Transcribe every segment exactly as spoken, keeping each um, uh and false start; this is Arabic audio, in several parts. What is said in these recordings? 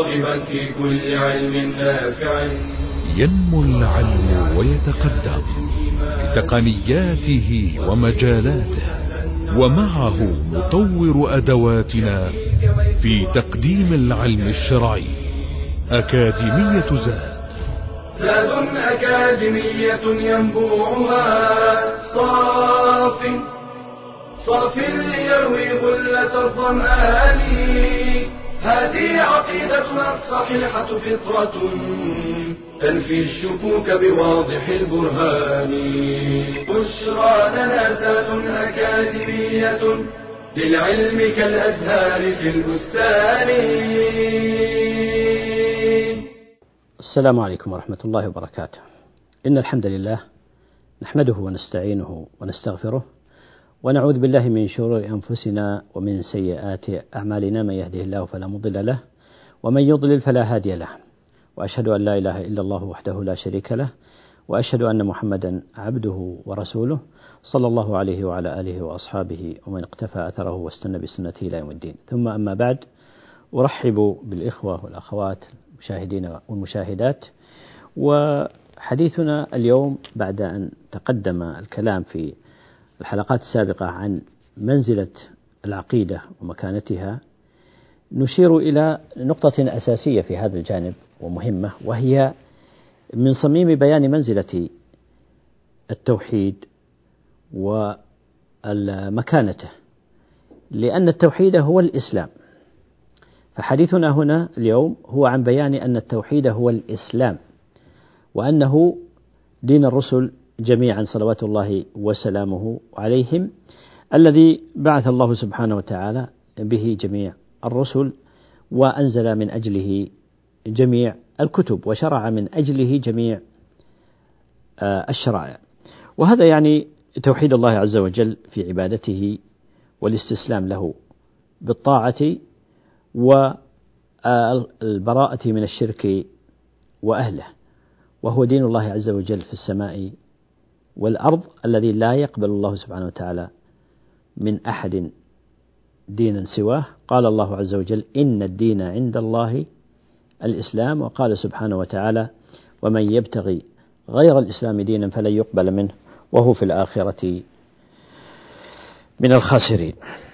راغبا في كل علم نافع. ينمو العلم ويتقدم بتقنياته ومجالاته، ومعه نطور أدواتنا في تقديم العلم الشرعي. أكاديمية زاد زاد أكاديمية ينبوعها صاف صاف ليروي غلة الظمآن. هذه عقيدتنا الصحيحة فطرة تنفي الشكوك بواضح البرهان. بشرى لنا زاد أكاديمية للعلم كالأزهار في البستان. السلام عليكم ورحمة الله وبركاته. إن الحمد لله نحمده ونستعينه ونستغفره، ونعوذ بالله من شرور أنفسنا ومن سيئات أعمالنا. من يهده الله فلا مضل له، ومن يضلل فلا هادي له، وأشهد أن لا إله إلا الله وحده لا شريك له، وأشهد أن محمدا عبده ورسوله، صلى الله عليه وعلى آله وأصحابه ومن اقتفى أثره واستنى بسنته إلى يوم الدين. ثم أما بعد، أرحب بالإخوة والأخوات المشاهدين والمشاهدات. وحديثنا اليوم بعد أن تقدم الكلام في الحلقات السابقة عن منزلة العقيدة ومكانتها، نشير إلى نقطة أساسية في هذا الجانب ومهمة، وهي من صميم بيان منزلة التوحيد ومكانته، لأن التوحيد هو الإسلام. فحديثنا هنا اليوم هو عن بيان أن التوحيد هو الإسلام، وأنه دين الرسل جميعا صلوات الله وسلامه عليهم، الذي بعث الله سبحانه وتعالى به جميع الرسل، وأنزل من أجله جميع الكتب، وشرع من أجله جميع الشرائع. وهذا يعني توحيد الله عز وجل في عبادته والاستسلام له بالطاعة، والبراءة من الشرك وأهله، وهو دين الله عز وجل في السماء والأرض، الذي لا يقبل الله سبحانه وتعالى من أحد دينا سواه. قال الله عز وجل: إن الدين عند الله الإسلام. وقال سبحانه وتعالى: ومن يبتغي غير الإسلام دينا فلن يقبل منه وهو في الآخرة من الخاسرين.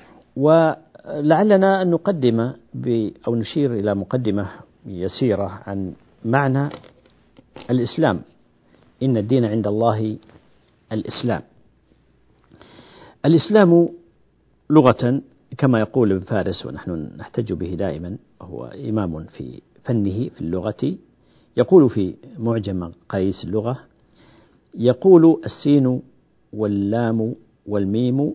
ولعلنا أن نقدم أو نشير إلى مقدمة يسيرة عن معنى الإسلام. إن الدين عند الله الإسلام. الإسلام لغة كما يقول ابن فارس، ونحن نحتج به دائما، وهو إمام في فنه في اللغة، يقول في معجم قيس اللغة، يقول: السين واللام والميم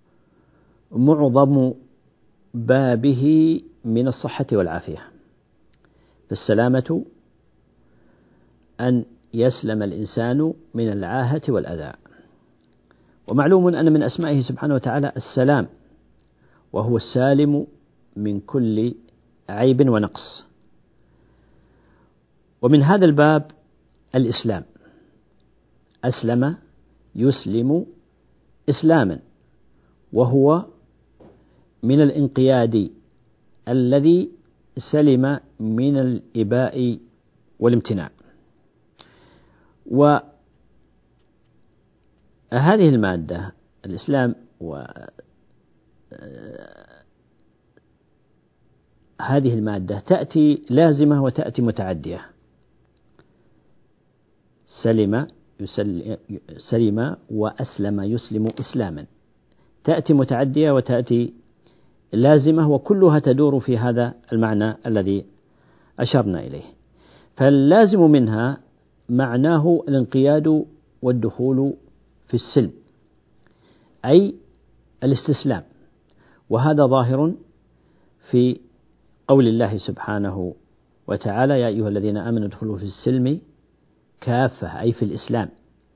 معظم بابه من الصحة والعافية، فالسلامة أن يسلم الإنسان من العاهة والأذى. ومعلوم أن من أسمائه سبحانه وتعالى السلام، وهو السالم من كل عيب ونقص. ومن هذا الباب الإسلام، أسلم يسلم إسلاما، وهو من الانقياد الذي سلم من الإباء والامتناع. وهذه المادة الإسلام، وهذه المادة تأتي لازمة وتأتي متعدية. سلم سلم وأسلم يسلم إسلاما، تأتي متعدية وتأتي لازمة، وكلها تدور في هذا المعنى الذي أشرنا إليه. فاللازم منها معناه الانقياد والدخول في السلم، أي الاستسلام. وهذا ظاهر في قول الله سبحانه وتعالى: يا أيها الذين آمنوا ادخلوا في السلم كافة، أي في الإسلام.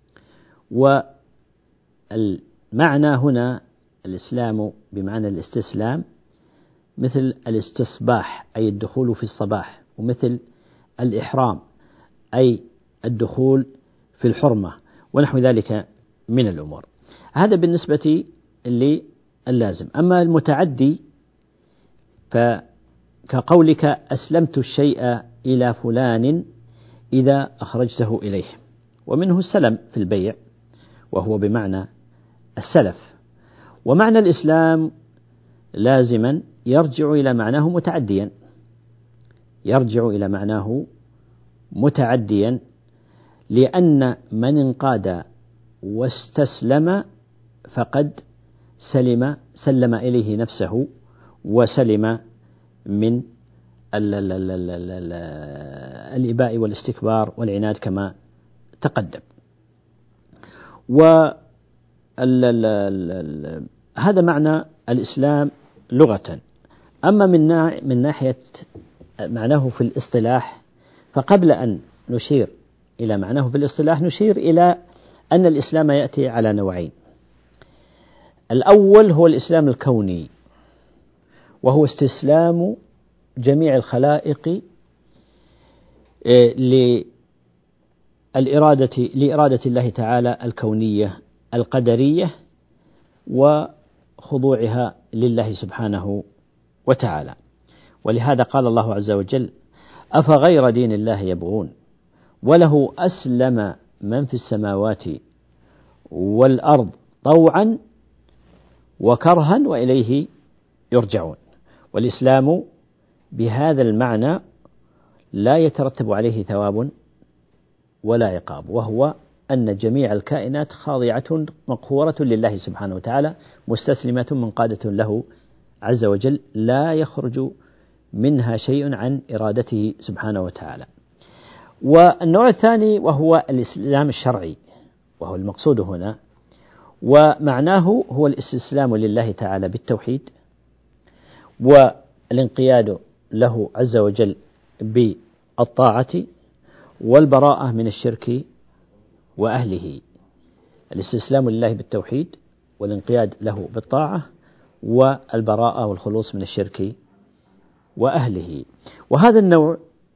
والمعنى هنا الإسلام بمعنى الاستسلام، مثل الاستصباح أي الدخول في الصباح، ومثل الإحرام أي الدخول في الحرمة، ونحو ذلك من الأمور. هذا بالنسبة للازم. أما المتعدي كقولك أسلمت الشيء إلى فلان إذا أخرجته إليه، ومنه السلم في البيع وهو بمعنى السلف. ومعنى الإسلام لازما يرجع إلى معناه متعديا، يرجع إلى معناه متعديا لأن من انقاد واستسلم فقد سلم سلم إليه نفسه وسلم من الإباء والاستكبار والعناد كما تقدم. وهذا معنى الإسلام لغة. أما من ناحية معناه في الاصطلاح، فقبل أن نشير إلى معناه في الاصطلاح نشير إلى أن الإسلام يأتي على نوعين. الأول هو الإسلام الكوني، وهو استسلام جميع الخلائق للإرادة لإرادة الله تعالى الكونية القدرية وخضوعها لله سبحانه وتعالى. ولهذا قال الله عز وجل: أفغير دين الله يبغون وله أسلم من في السماوات والأرض طوعا وكرها وإليه يرجعون. والإسلام بهذا المعنى لا يترتب عليه ثواب ولا عقاب، وهو أن جميع الكائنات خاضعة مقهورة لله سبحانه وتعالى، مستسلمة منقادة له عز وجل، لا يخرج منها شيء عن إرادته سبحانه وتعالى. والنوع الثاني وهو الإسلام الشرعي، وهو المقصود هنا، ومعناه هو الاستسلام لله تعالى بالتوحيد والانقياد له عز وجل بالطاعة والبراءة من الشرك وأهله. الاستسلام لله بالتوحيد والانقياد له بالطاعة والبراءة والخلوص من الشرك وأهله. وهذا النوع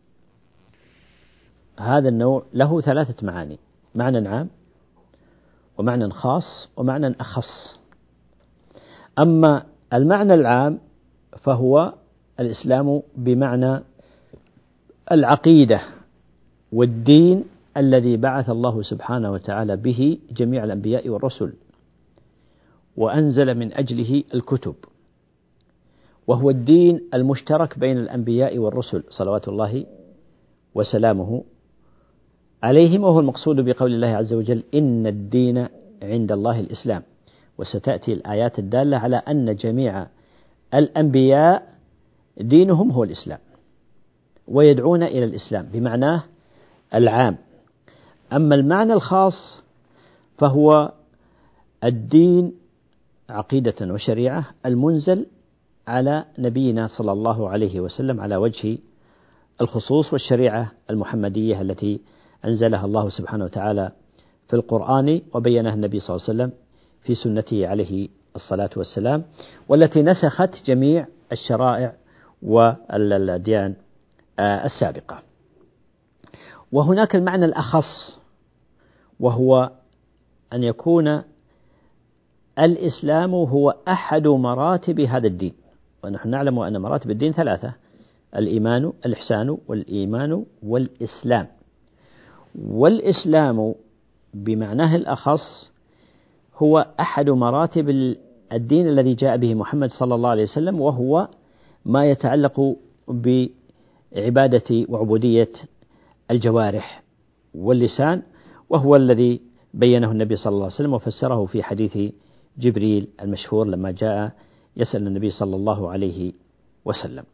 هذا النوع له ثلاثة معاني: معنى عام ومعنى خاص ومعنى أخص. أما المعنى العام فهو الإسلام بمعنى العقيدة والدين الذي بعث الله سبحانه وتعالى به جميع الأنبياء والرسل وأنزل من أجله الكتب، وهو الدين المشترك بين الأنبياء والرسل صلوات الله وسلامه عليهم، وهو المقصود بقول الله عز وجل: إن الدين عند الله الإسلام. وستأتي الآيات الدالة على أن جميع الأنبياء دينهم هو الإسلام ويدعون إلى الإسلام بمعناه العام. أما المعنى الخاص فهو الدين عقيدة وشريعة المنزل على نبينا صلى الله عليه وسلم على وجه الخصوص، والشريعة المحمدية التي أنزلها الله سبحانه وتعالى في القرآن وبينها النبي صلى الله عليه وسلم في سنته عليه الصلاة والسلام، والتي نسخت جميع الشرائع والأديان السابقة. وهناك المعنى الأخص، وهو أن يكون الإسلام هو أحد مراتب هذا الدين. ونحن نعلم أن مراتب الدين ثلاثة: الإيمان، الإحسان، والإيمان والإسلام. والإسلام بمعناه الأخص هو أحد مراتب الدين الذي جاء به محمد صلى الله عليه وسلم، وهو ما يتعلق بعبادة وعبودية الجوارح واللسان، وهو الذي بينه النبي صلى الله عليه وسلم وفسره في حديث جبريل المشهور لما جاء يسأل النبي صلى الله عليه وسلم.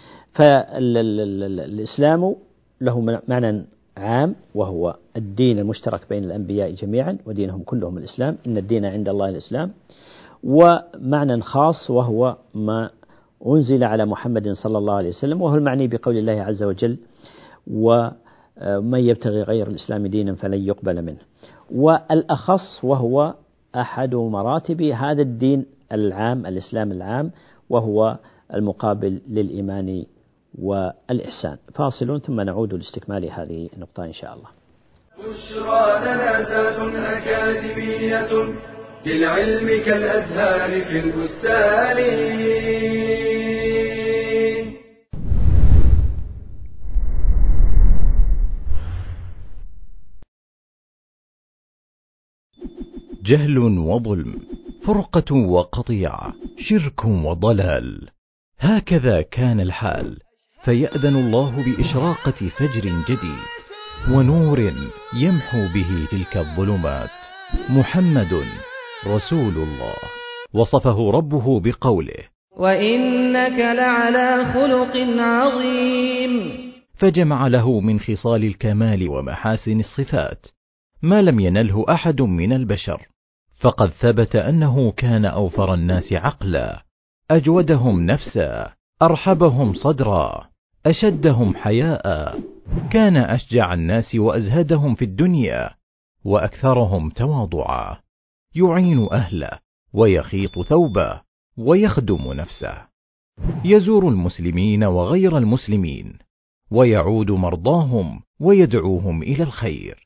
فالإسلام له معنى عام، وهو الدين المشترك بين الأنبياء جميعا ودينهم كلهم الإسلام، إن الدين عند الله الإسلام. ومعنى خاص وهو ما أنزل على محمد صلى الله عليه وسلم، وهو المعني بقول الله عز وجل: ومن يبتغي غير الإسلام دينا فلن يقبل منه. والأخص وهو أحد مراتب هذا الدين العام، الإسلام العام، وهو المقابل للإيمان والإحسان. فاصل ثم نعود لاستكمال هذه النقطة إن شاء الله. بشرى لنا ذات أكاديمية للعلم كالأزهار في البستان. جهل وظلم، فرقة وقطيعة، شرك وضلال. هكذا كان الحال، فيأذن الله بإشراقة فجر جديد ونور يمحو به تلك الظلمات. محمد رسول الله، وصفه ربه بقوله: وإنك لعلى خلق عظيم، فجمع له من خصال الكمال ومحاسن الصفات ما لم ينله أحد من البشر. فقد ثبت أنه كان أوفر الناس عقلا، أجودهم نفسا، أرحبهم صدرا، أشدهم حياء، كان أشجع الناس وأزهدهم في الدنيا، وأكثرهم تواضعا، يعين أهله ويخيط ثوبه ويخدم نفسه، يزور المسلمين وغير المسلمين، ويعود مرضاهم ويدعوهم إلى الخير.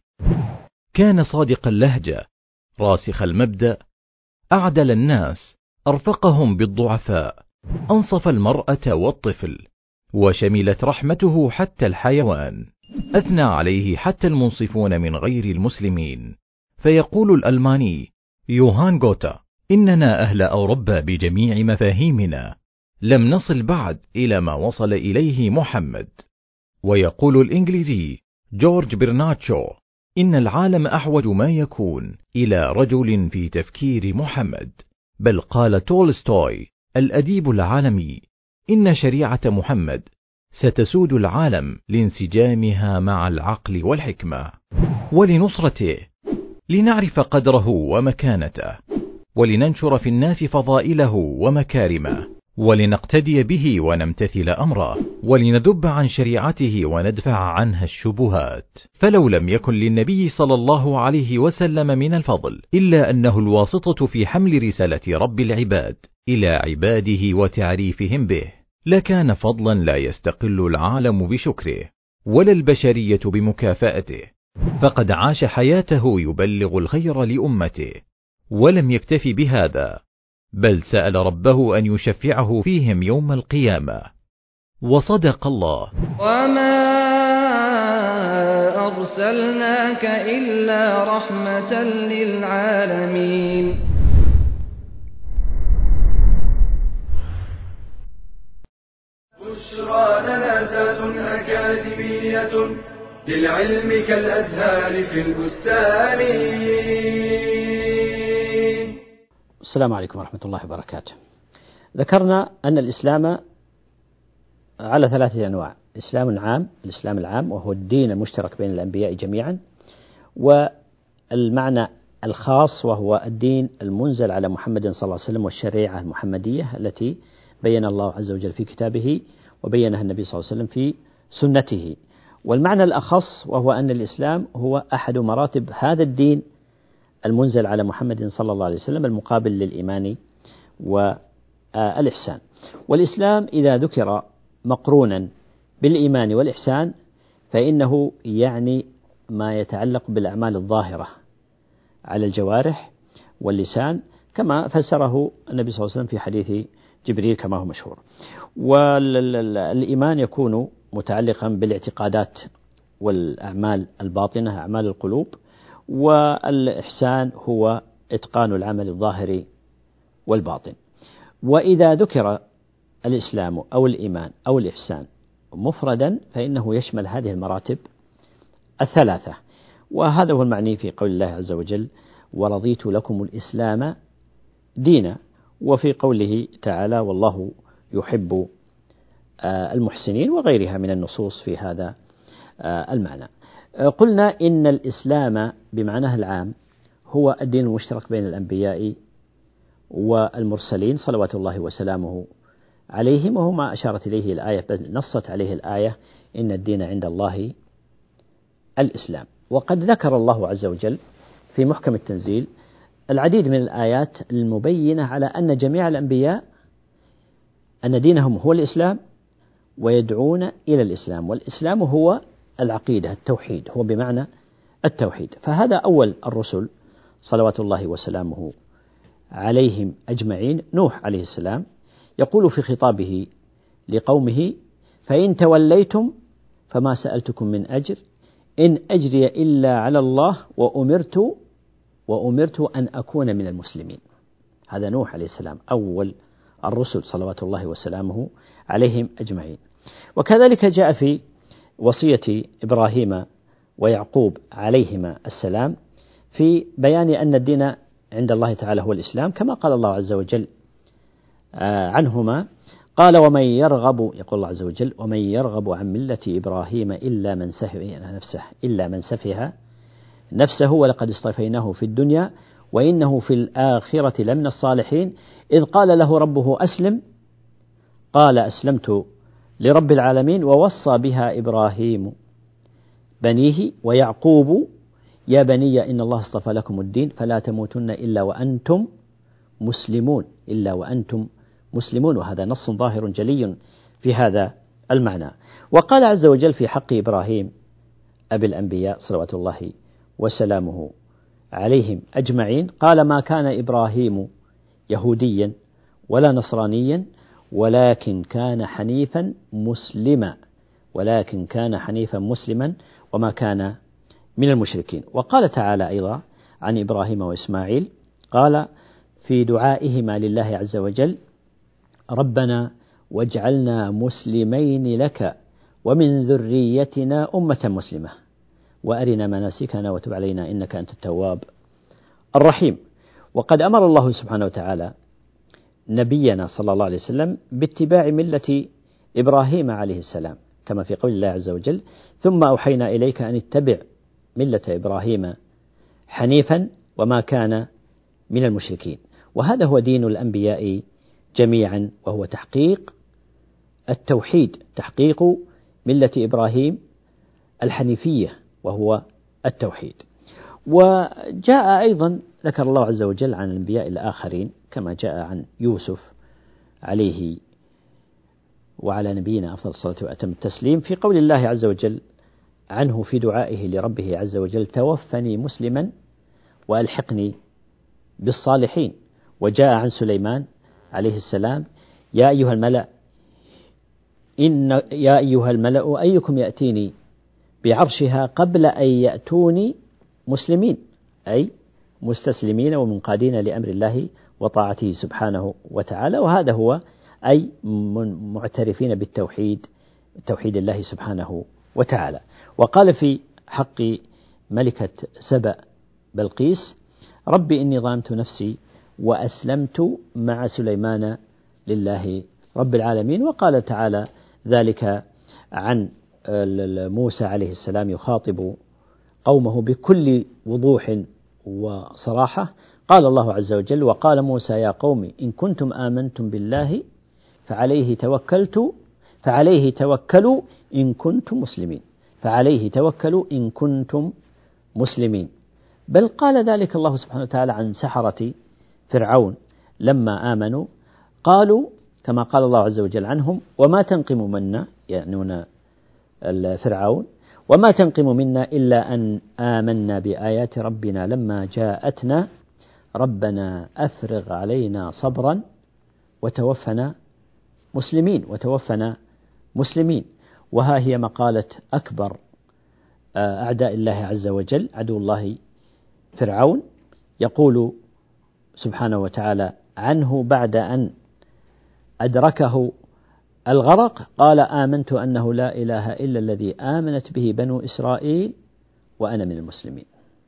كان صادق اللهجة، راسخ المبدأ، أعدل الناس، أرفقهم بالضعفاء، أنصف المرأة والطفل، وشملت رحمته حتى الحيوان. أثنى عليه حتى المنصفون من غير المسلمين. فيقول الألماني يوهان غوتا: إننا أهل أوروبا بجميع مفاهيمنا لم نصل بعد إلى ما وصل إليه محمد. ويقول الإنجليزي جورج برناتشو: إن العالم أحوج ما يكون إلى رجل في تفكير محمد. بل قال تولستوي الأديب العالمي: إن شريعة محمد ستسود العالم لانسجامها مع العقل والحكمة. ولنصرته، لنعرف قدره ومكانته، ولننشر في الناس فضائله ومكارمه، ولنقتدي به ونمتثل أمره، ولندب عن شريعته وندفع عنها الشبهات. فلو لم يكن للنبي صلى الله عليه وسلم من الفضل إلا أنه الواسطة في حمل رسالة رب العباد إلى عباده وتعريفهم به، لكان فضلا لا يستقل العالم بشكره ولا البشرية بمكافأته. فقد عاش حياته يبلغ الخير لأمته، ولم يكتف بهذا، بل سأل ربه أن يشفعه فيهم يوم القيامة. وصدق الله: وما أرسلناك إلا رحمة للعالمين. بشرى لنا ذات أكاديمية للعلم كالأزهار في البستان. السلام عليكم ورحمة الله وبركاته. ذكرنا أن الإسلام على ثلاثة أنواع: إسلام عام، الإسلام العام وهو الدين المشترك بين الأنبياء جميعا، والمعنى الخاص وهو الدين المنزل على محمد صلى الله عليه وسلم والشريعة المحمدية التي بين الله عز وجل في كتابه وبينها النبي صلى الله عليه وسلم في سنته. والمعنى الأخص وهو أن الإسلام هو أحد مراتب هذا الدين المنزل على محمد صلى الله عليه وسلم، المقابل للإيمان والإحسان. والإسلام إذا ذكر مقرونا بالإيمان والإحسان فإنه يعني ما يتعلق بالأعمال الظاهرة على الجوارح واللسان، كما فسره النبي صلى الله عليه وسلم في حديث جبريل كما هو مشهور. والإيمان يكون متعلقا بالاعتقادات والأعمال الباطنة، أعمال القلوب، والإحسان هو إتقان العمل الظاهر والباطن. وإذا ذكر الإسلام أو الإيمان أو الإحسان مفردا فإنه يشمل هذه المراتب الثلاثة. وهذا هو المعني في قول الله عز وجل: ورضيت لكم الإسلام دينا، وفي قوله تعالى: والله يحب المحسنين، وغيرها من النصوص في هذا المعنى. قلنا إن الإسلام بمعناه العام هو الدين المشترك بين الأنبياء والمرسلين صلوات الله وسلامه عليهم، وهو ما أشارت إليه الآية، بل نصت عليه الآية: إن الدين عند الله الإسلام. وقد ذكر الله عز وجل في محكم التنزيل العديد من الآيات المبينة على أن جميع الأنبياء أن دينهم هو الإسلام ويدعون إلى الإسلام، والإسلام هو العقيدة، التوحيد، هو بمعنى التوحيد. فهذا أول الرسل صلوات الله وسلامه عليهم أجمعين، نوح عليه السلام، يقول في خطابه لقومه: فإن توليتم فما سألتكم من أجر إن أجري إلا على الله وأمرت وأمرت أن أكون من المسلمين. هذا نوح عليه السلام أول الرسل صلوات الله وسلامه عليهم أجمعين. وكذلك جاء في وصية إبراهيم ويعقوب عليهما السلام في بيان أن الدين عند الله تعالى هو الإسلام، كما قال الله عز وجل عنهما قال ومن يرغب، يقول الله عز وجل ومن يرغب عن ملة إبراهيم إلا من سفه نفسه إلا من سفه نفسه ولقد اصطفيناه في الدنيا وإنه في الآخرة لمن الصالحين إذ قال له ربه أسلم قال أسلمت لرب العالمين ووصى بها إبراهيم بنيه ويعقوب يا بني إن الله اصطفى لكم الدين فلا تموتن إلا وأنتم مسلمون إلا وأنتم مسلمون. وهذا نص ظاهر جلي في هذا المعنى. وقال عز وجل في حق إبراهيم أبي الأنبياء صلوات الله وسلامه عليهم أجمعين قال ما كان إبراهيم يهوديا ولا نصرانيا ولكن كان حنيفا مسلما ولكن كان حنيفا مسلما وما كان من المشركين. وقال تعالى أيضا عن إبراهيم وإسماعيل قال في دعائهما لله عز وجل ربنا واجعلنا مسلمين لك ومن ذريتنا أمة مسلمة وأرنا مناسكنا وتب علينا إنك أنت التواب الرحيم. وقد أمر الله سبحانه وتعالى نبينا صلى الله عليه وسلم باتباع ملة إبراهيم عليه السلام كما في قول الله عز وجل ثم أوحينا إليك أن اتبع ملة إبراهيم حنيفا وما كان من المشركين. وهذا هو دين الأنبياء جميعا وهو تحقيق التوحيد، تحقيق ملة إبراهيم الحنيفية وهو التوحيد. وجاء أيضا ذكر الله عز وجل عن الأنبياء الآخرين كما جاء عن يوسف عليه وعلى نبينا أفضل الصلاة وأتم التسليم في قول الله عز وجل عنه في دعائه لربه عز وجل توفني مسلما وألحقني بالصالحين. وجاء عن سليمان عليه السلام يا أيها الملأ إن يا أيها الملأ أيكم يأتيني بعرشها قبل أن يأتوني مسلمين أي مستسلمين ومنقادين لأمر الله وطاعته سبحانه وتعالى. وهذا هو أي معترفين بالتوحيد توحيد الله سبحانه وتعالى. وقال في حق ملكة سبأ بلقيس رب إني ظلمت نفسي وأسلمت مع سليمان لله رب العالمين. وقال تعالى ذلك عن موسى عليه السلام يخاطب قومه بكل وضوح وصراحة قال الله عز وجل وقال موسى يا قوم إن كنتم آمنتم بالله فعليه توكلت فعليه توكلوا إن كنتم مسلمين فعليه توكلوا إن كنتم مسلمين. بل قال ذلك الله سبحانه وتعالى عن سحرة فرعون لما آمنوا قالوا كما قال الله عز وجل عنهم وما تنقم منا يعنون فرعون وما تنقم منا إلا أن آمنا بآيات ربنا لما جاءتنا ربنا أفرغ علينا صبرا وتوفنا مسلمين وتوفنا مسلمين. وها هي مقالة أكبر أعداء الله عز وجل عدو الله فرعون يقول سبحانه وتعالى عنه بعد أن أدركه الغرق قال آمنت أنه لا إله إلا الذي آمنت به بنو إسرائيل وأنا من المسلمين.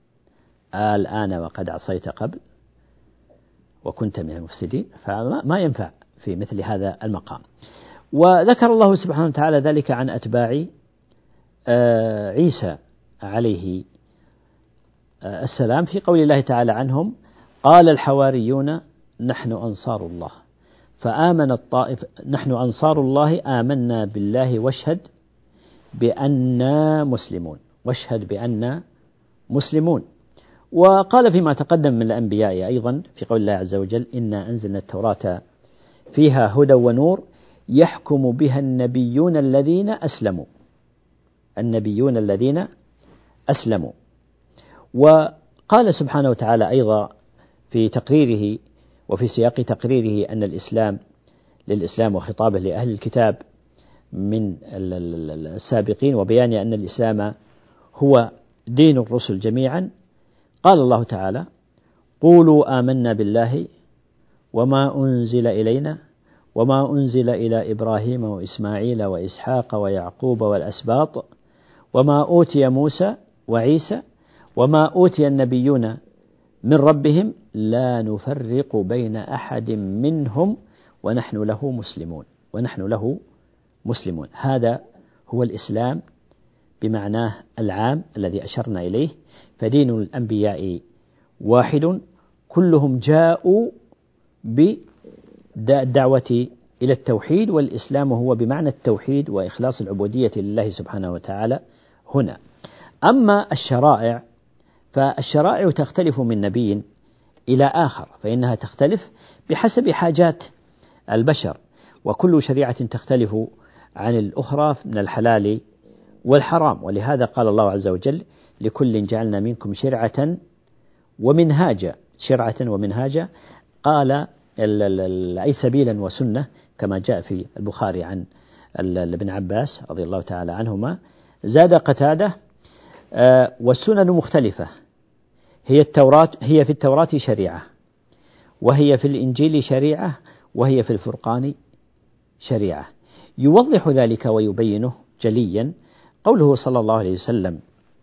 الآن وقد عصيت قبل وكنت من المفسدين فما ينفع في مثل هذا المقام. وذكر الله سبحانه وتعالى ذلك عن أتباع عيسى عليه السلام في قول الله تعالى عنهم قال الحواريون نحن أنصار الله فآمن الطائف نحن أنصار الله آمنا بالله واشهد بأننا مسلمون واشهد بأننا مسلمون. وقال فيما تقدم من الأنبياء أيضا في قول الله عز وجل إنا أنزلنا التوراة فيها هدى ونور يحكم بها النبيون الذين أسلموا النبيون الذين أسلموا. وقال سبحانه وتعالى أيضا في تقريره وفي سياق تقريره أن الإسلام للإسلام وخطابه لأهل الكتاب من السابقين وبيان أن الإسلام هو دين الرسل جميعا قال الله تعالى قولوا آمنا بالله وما أنزل إلينا وما أنزل إلى إبراهيم وإسماعيل وإسحاق ويعقوب والأسباط وما أوتي موسى وعيسى وما أوتي النبيون من ربهم لا نفرق بين أحد منهم ونحن له مسلمون ونحن له مسلمون. هذا هو الإسلام بمعناه العام الذي أشرنا إليه. فدين الأنبياء واحد، كلهم جاءوا بالدعوة إلى التوحيد، والإسلام هو بمعنى التوحيد وإخلاص العبودية لله سبحانه وتعالى هنا. أما الشرائع فالشرائع تختلف من نبي إلى آخر، فإنها تختلف بحسب حاجات البشر، وكل شريعة تختلف عن الأخرى من الحلال والحرام. ولهذا قال الله عز وجل: لكل جعلنا منكم شرعة ومنهاجا. شرعة ومنهاجا، قال أي سبيلا وسنة، كما جاء في البخاري عن ابن عباس رضي الله تعالى عنهما. زاد قتادة: والسنن مختلفة، هي التوراة هي في التوراة شريعة، وهي في الإنجيل شريعة، وهي في الفرقان شريعة. يوضح ذلك ويبينه جليا قوله صلى الله عليه وسلم: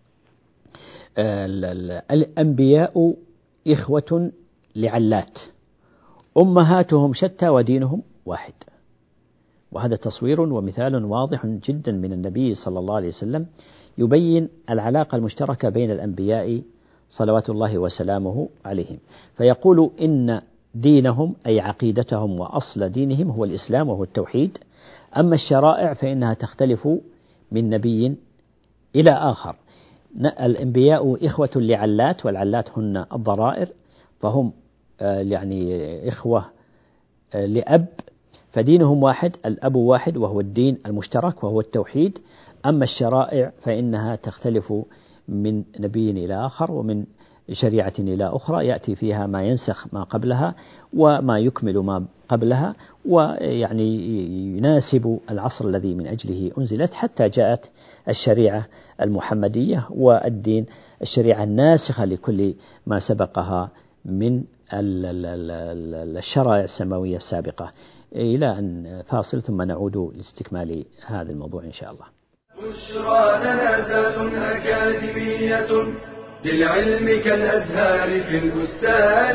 الأنبياء إخوة لعلات أمهاتهم شتى ودينهم واحد. وهذا تصوير ومثال واضح جدا من النبي صلى الله عليه وسلم يبين العلاقة المشتركة بين الأنبياء صلوات الله وسلامه عليهم، فيقول إن دينهم أي عقيدتهم وأصل دينهم هو الإسلام وهو التوحيد. أما الشرائع فإنها تختلف من نبي إلى آخر. الأنبياء إخوة لعلات، والعلات هن الضرائر، فهم يعني إخوة لأب، فدينهم واحد، الأب واحد وهو الدين المشترك وهو التوحيد. أما الشرائع فإنها تختلف من نبي إلى آخر ومن شريعة إلى أخرى، يأتي فيها ما ينسخ ما قبلها وما يكمل ما قبلها، ويعني يناسب العصر الذي من أجله أنزلت، حتى جاءت الشريعة المحمدية والدين الشريعة الناسخة لكل ما سبقها من الشرائع السماوية السابقة. إلى أن فاصل ثم نعود لاستكمال هذا الموضوع إن شاء الله. بشرى لنا ذات أكاديمية للعلم كالأزهار في البستان.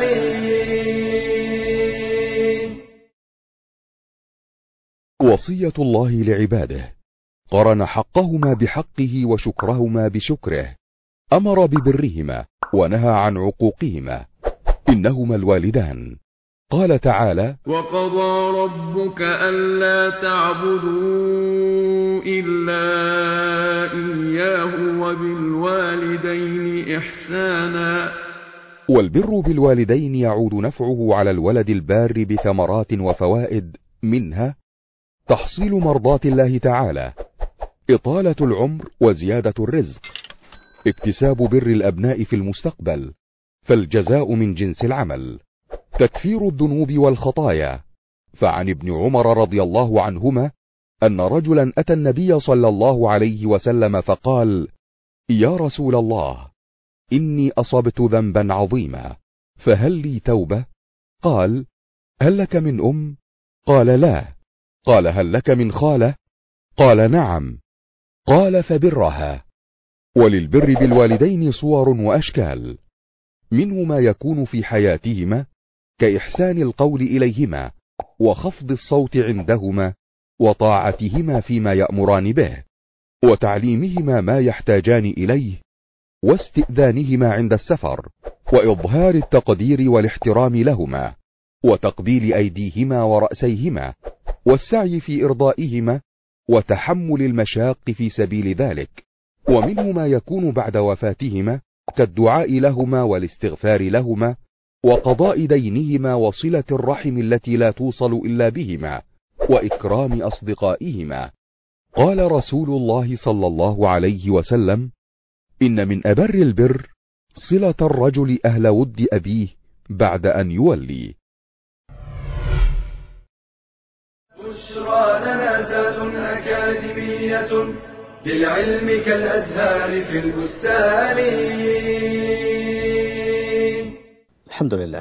وصية الله لعباده، قرن حقهما بحقه وشكرهما بشكره، أمر ببرهما ونهى عن عقوقهما، إنهما الوالدان. قال تعالى: وقضى ربك ألا تعبدوا إلا إياه وبالوالدين إحسانا. والبر بالوالدين يعود نفعه على الولد البار بثمرات وفوائد، منها تحصيل مرضات الله تعالى، إطالة العمر وزيادة الرزق، اكتساب بر الأبناء في المستقبل، فالجزاء من جنس العمل، تكفير الذنوب والخطايا. فعن ابن عمر رضي الله عنهما أن رجلا أتى النبي صلى الله عليه وسلم فقال: يا رسول الله، إني أصبت ذنبا عظيما، فهل لي توبة؟ قال: هل لك من أم؟ قال: لا. قال: هل لك من خالة؟ قال: نعم. قال: فبرها. وللبر بالوالدين صور وأشكال، منه ما يكون في حياتهما كإحسان القول إليهما، وخفض الصوت عندهما، وطاعتهما فيما يأمران به، وتعليمهما ما يحتاجان إليه، واستئذانهما عند السفر، وإظهار التقدير والاحترام لهما، وتقبيل أيديهما ورأسيهما، والسعي في إرضائهما، وتحمل المشاق في سبيل ذلك. ومنه ما يكون بعد وفاتهما كالدعاء لهما والاستغفار لهما، وقضاء دينهما، وصلة الرحم التي لا توصل إلا بهما، وإكرام أصدقائهما. قال رسول الله صلى الله عليه وسلم: إن من أبر البر صلة الرجل أهل ود أبيه بعد أن يولي. بشرى لنا ذات أكاديمية للعلم كالأزهار في البستان. الحمد لله.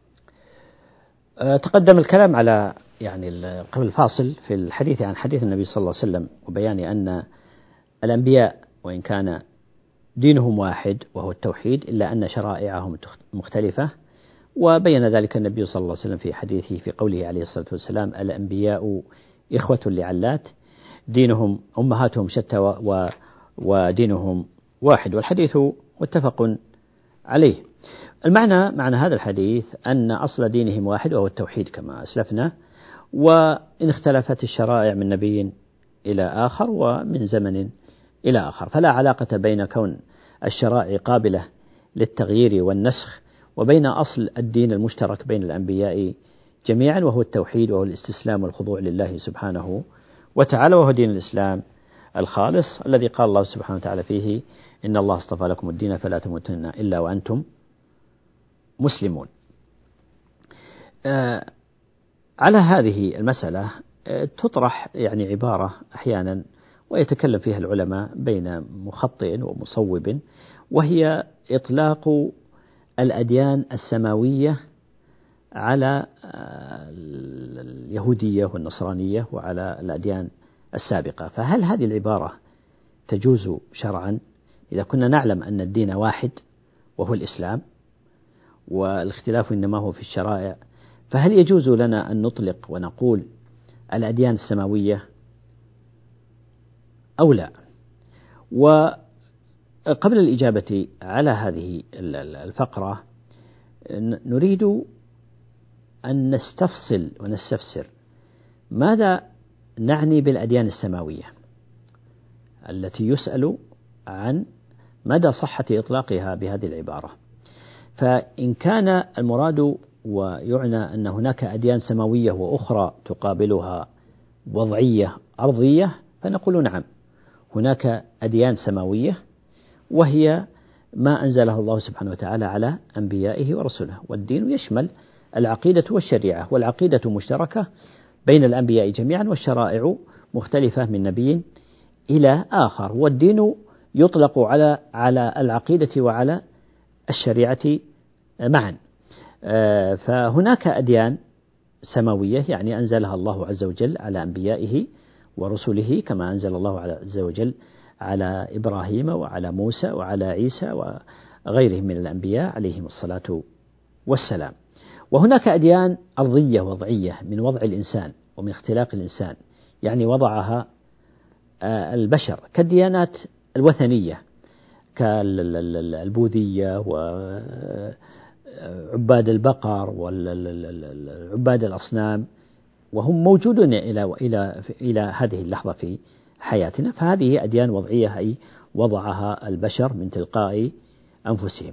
تقدم الكلام على يعني قبل الفاصل في الحديث عن حديث النبي صلى الله عليه وسلم وبيان أن الأنبياء وإن كان دينهم واحد وهو التوحيد إلا أن شرائعهم مختلفة، وبين ذلك النبي صلى الله عليه وسلم في حديثه في قوله عليه الصلاة والسلام: الأنبياء إخوة لعلات دينهم أمهاتهم شتى و ودينهم واحد، والحديث متفق عليه. المعنى معنى هذا الحديث أن أصل دينهم واحد وهو التوحيد كما أسلفنا، وإن اختلفت الشرائع من نبي إلى آخر ومن زمن إلى آخر، فلا علاقة بين كون الشرائع قابلة للتغيير والنسخ وبين أصل الدين المشترك بين الأنبياء جميعا وهو التوحيد وهو الاستسلام والخضوع لله سبحانه وتعالى، وهو دين الإسلام الخالص الذي قال الله سبحانه وتعالى فيه: إن الله اصطفى لكم الدين فلا تموتن إلا وأنتم مسلمون. آه على هذه المسألة آه تطرح يعني عبارة أحيانا ويتكلم فيها العلماء بين مخطئ ومصوب، وهي إطلاق الأديان السماوية على آه اليهودية والنصرانية وعلى الأديان السابقة. فهل هذه العبارة تجوز شرعا إذا كنا نعلم أن الدين واحد وهو الإسلام والاختلاف إنما هو في الشرائع؟ فهل يجوز لنا أن نطلق ونقول الأديان السماوية أو لا؟ وقبل الإجابة على هذه الفقرة نريد أن نستفصل ونستفسر ماذا نعني بالأديان السماوية التي يسأل عن مدى صحة إطلاقها بهذه العبارة. فإن كان المراد ويعنى أن هناك أديان سماوية وأخرى تقابلها وضعية أرضية، فنقول نعم، هناك أديان سماوية وهي ما أنزله الله سبحانه وتعالى على أنبيائه ورسله، والدين يشمل العقيدة والشريعة، والعقيدة مشتركة بين الأنبياء جميعا والشرائع مختلفة من نبي إلى آخر، والدين يطلق على على العقيدة وعلى الشريعة معا. فهناك أديان سماوية يعني أنزلها الله عز وجل على أنبيائه ورسله، كما أنزل الله عز وجل على إبراهيم وعلى موسى وعلى عيسى وغيرهم من الأنبياء عليهم الصلاة والسلام. وهناك أديان أرضية وضعية من وضع الإنسان ومن اختلاق الإنسان، يعني وضعها البشر، كالديانات الوثنية كالبوذية وعباد البقر وعباد الأصنام، وهم موجودون إلى إلى إلى هذه اللحظة في حياتنا. فهذه أديان وضعية أي وضعها البشر من تلقاء أنفسهم.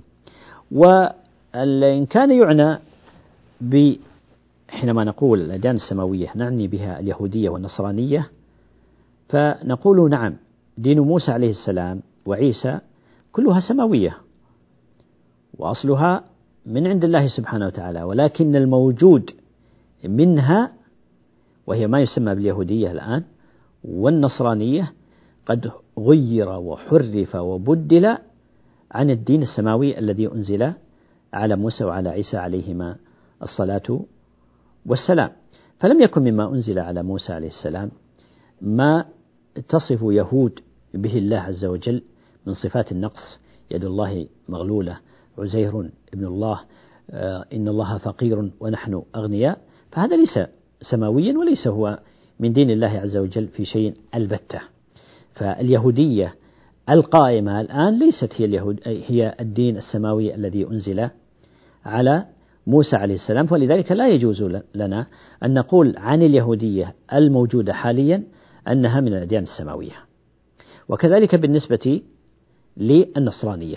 وإن كان يعنى ب حينما نقول الأديان السماوية نعني بها اليهودية والنصرانية، فنقول نعم، دين موسى عليه السلام وعيسى كلها سماوية وأصلها من عند الله سبحانه وتعالى، ولكن الموجود منها وهي ما يسمى باليهودية الآن والنصرانية قد غير وحرف وبدل عن الدين السماوي الذي أنزل على موسى وعلى عيسى عليهما الصلاة والسلام. فلم يكن مما أنزل على موسى عليه السلام ما تصف يهود به الله عز وجل من صفات النقص: يد الله مغلولة، عزير ابن الله، إن الله فقير ونحن أغنياء. فهذا ليس سماويا وليس هو من دين الله عز وجل في شيء البتة. فاليهودية القائمة الآن ليست هي اليهود هي الدين السماوي الذي أنزل على موسى عليه السلام، ولذلك لا يجوز لنا أن نقول عن اليهودية الموجودة حاليا أنها من الأديان السماوية. وكذلك بالنسبة للنصرانية،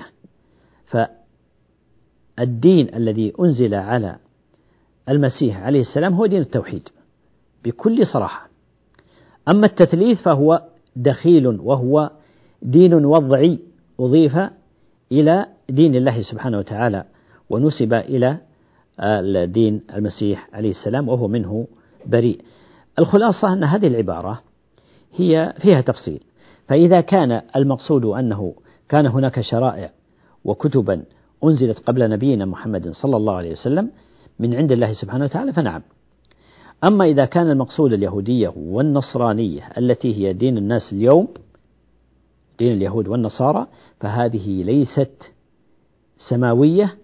فالدين الذي أنزل على المسيح عليه السلام هو دين التوحيد بكل صراحة. أما التثليث فهو دخيل وهو دين وضعي أضيف إلى دين الله سبحانه وتعالى ونسب إلى دين المسيح عليه السلام وهو منه بريء. الخلاصة أن هذه العبارة هي فيها تفصيل. فإذا كان المقصود أنه كان هناك شرائع وكتبا أنزلت قبل نبينا محمد صلى الله عليه وسلم من عند الله سبحانه وتعالى فنعم. أما إذا كان المقصود اليهودية والنصرانية التي هي دين الناس اليوم، دين اليهود والنصارى، فهذه ليست سماوية،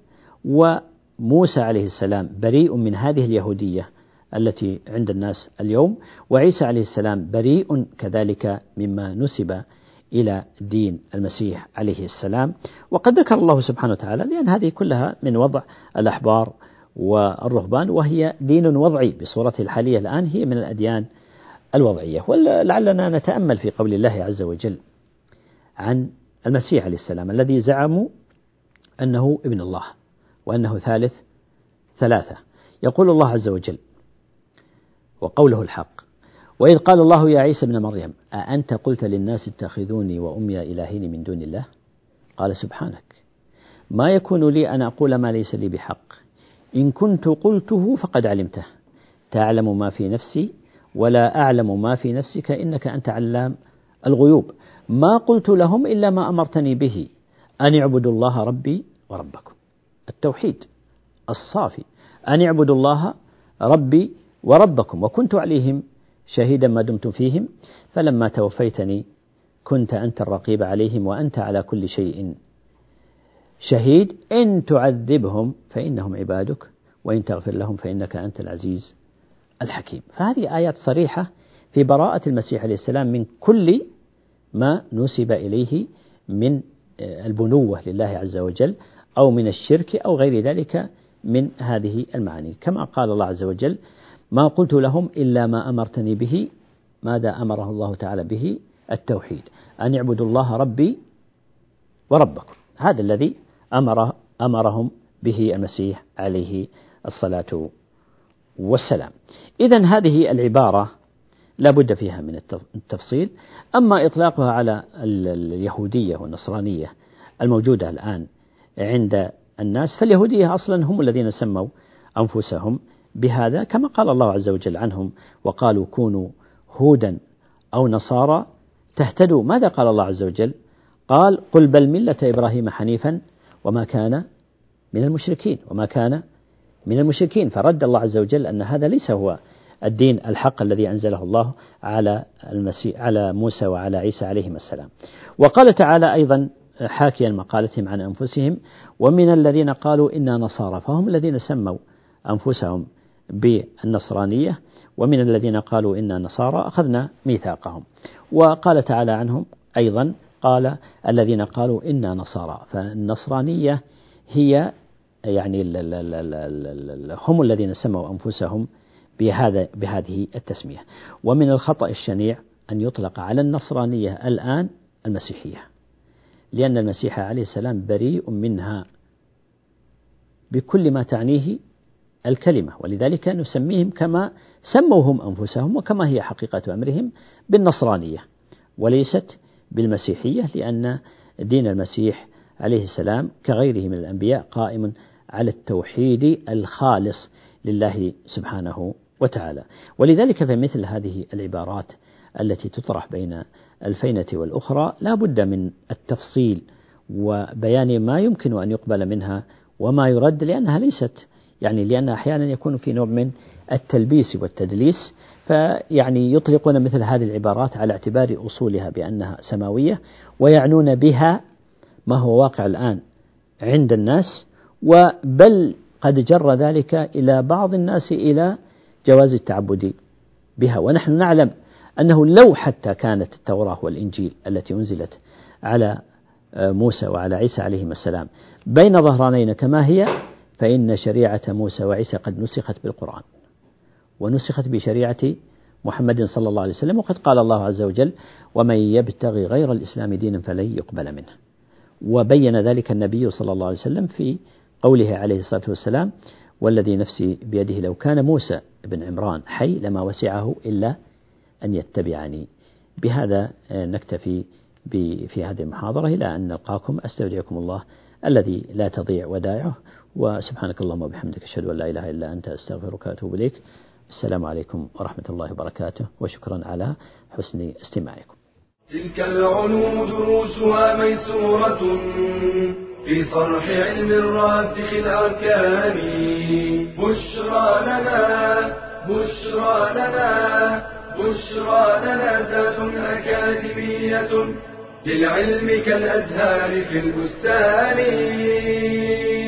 وموسى عليه السلام بريء من هذه اليهودية التي عند الناس اليوم، وعيسى عليه السلام بريء كذلك مما نسب إلى دين المسيح عليه السلام. وقد ذكر الله سبحانه وتعالى لأن هذه كلها من وضع الأحبار والرهبان، وهي دين وضعي بصورته الحالية الآن، هي من الأديان الوضعية. ولعلنا نتأمل في قول الله عز وجل عن المسيح عليه السلام الذي زعموا أنه ابن الله وأنه ثالث ثلاثة. يقول الله عز وجل وقوله الحق: وإذ قال الله يا عيسى ابن مريم أأنت قلت للناس اتخذوني وأمي إلهين من دون الله؟ قال سبحانك ما يكون لي أن أقول ما ليس لي بحق، إن كنت قلته فقد علمته، تعلم ما في نفسي ولا أعلم ما في نفسك إنك أنت علام الغيوب، ما قلت لهم إلا ما أمرتني به أن اعبدوا الله ربي وربكم. التوحيد الصافي، أن اعبدوا الله ربي وربكم، وكنت عليهم شهيدا ما دمت فيهم، فلما توفيتني كنت أنت الرقيب عليهم وأنت على كل شيء شهيد، إن تعذبهم فإنهم عبادك وإن تغفر لهم فإنك أنت العزيز الحكيم. فهذه آيات صريحة في براءة المسيح عليه السلام من كل ما نسب إليه من البنوة لله عز وجل أو من الشرك أو غير ذلك من هذه المعاني، كما قال الله عز وجل: ما قلت لهم إلا ما أمرتني به. ماذا أمره الله تعالى به؟ التوحيد، أن اعبدوا الله ربي وربكم. هذا الذي أمر أمرهم به المسيح عليه الصلاة والسلام. إذن هذه العبارة لا بد فيها من التفصيل. أما إطلاقها على اليهودية والنصرانية الموجودة الآن عند الناس، فاليهودية أصلا هم الذين سموا أنفسهم بهذا، كما قال الله عز وجل عنهم: وقالوا كونوا هودا أو نصارى تهتدوا. ماذا قال الله عز وجل؟ قال: قل بل ملة إبراهيم حنيفا وما كان من المشركين وما كان من المشركين. فرد الله عز وجل أن هذا ليس هو الدين الحق الذي أنزله الله على المسيح على موسى وعلى عيسى عليهما السلام. وقال تعالى أيضا حاكيا مقالتهم عن أنفسهم: ومن الذين قالوا إنا نصارى، فهم الذين سموا أنفسهم بالنصرانية، ومن الذين قالوا إنا نصارى أخذنا ميثاقهم. وقال تعالى عنهم أيضا قال الذين قالوا إنا نصارى، فالنصرانية هي يعني ال ال ال ال هم الذين سموا أنفسهم بهذا بهذه التسمية. ومن الخطأ الشنيع أن يطلق على النصرانية الآن المسيحية، لأن المسيح عليه السلام بريء منها بكل ما تعنيه الكلمة، ولذلك نسميهم كما سموهم أنفسهم وكما هي حقيقة أمرهم بالنصرانية وليست بالمسيحية، لأن دين المسيح عليه السلام كغيره من الأنبياء قائم على التوحيد الخالص لله سبحانه وتعالى. ولذلك فمثل هذه العبارات التي تطرح بين الفينة والأخرى لا بد من التفصيل وبيان ما يمكن أن يقبل منها وما يرد، لأنها ليست يعني لأن أحيانا يكون في نوع من التلبيس والتدليس، فيعني يطلقون مثل هذه العبارات على اعتبار أصولها بأنها سماوية، ويعنون بها ما هو واقع الآن عند الناس، وبل قد جر ذلك إلى بعض الناس إلى جواز التعبد بها. ونحن نعلم أنه لو حتى كانت التوراة والإنجيل التي أنزلت على موسى وعلى عيسى عليهما السلام بين ظهرانين كما هي، فإن شريعة موسى وعيسى قد نسخت بالقرآن ونسخت بشريعة محمد صلى الله عليه وسلم. وقد قال الله عز وجل: ومن يبتغي غير الإسلام دينا فلن يقبل منه. وبين ذلك النبي صلى الله عليه وسلم في قوله عليه الصلاة والسلام: والذي نفسي بيده لو كان موسى بن عمران حي لما وسعه إلا أن يتبعني. بهذا نكتفي في هذه المحاضرة إلى أن نلقاكم. أستودعكم الله الذي لا تضيع ودائعه، وسبحانك اللهم وبحمدك أشهد أن لا إله إلا أنت أستغفرك وأتوب إليك. السلام عليكم ورحمة الله وبركاته، وشكرا على حسن استماعكم. تلك العلوم دروسها ميسورة في صرح علم الراسخ الأركان. بشرى لنا بشرى لنا بشرى لنا ذات أكاديمية للعلم كالأزهار في البستان.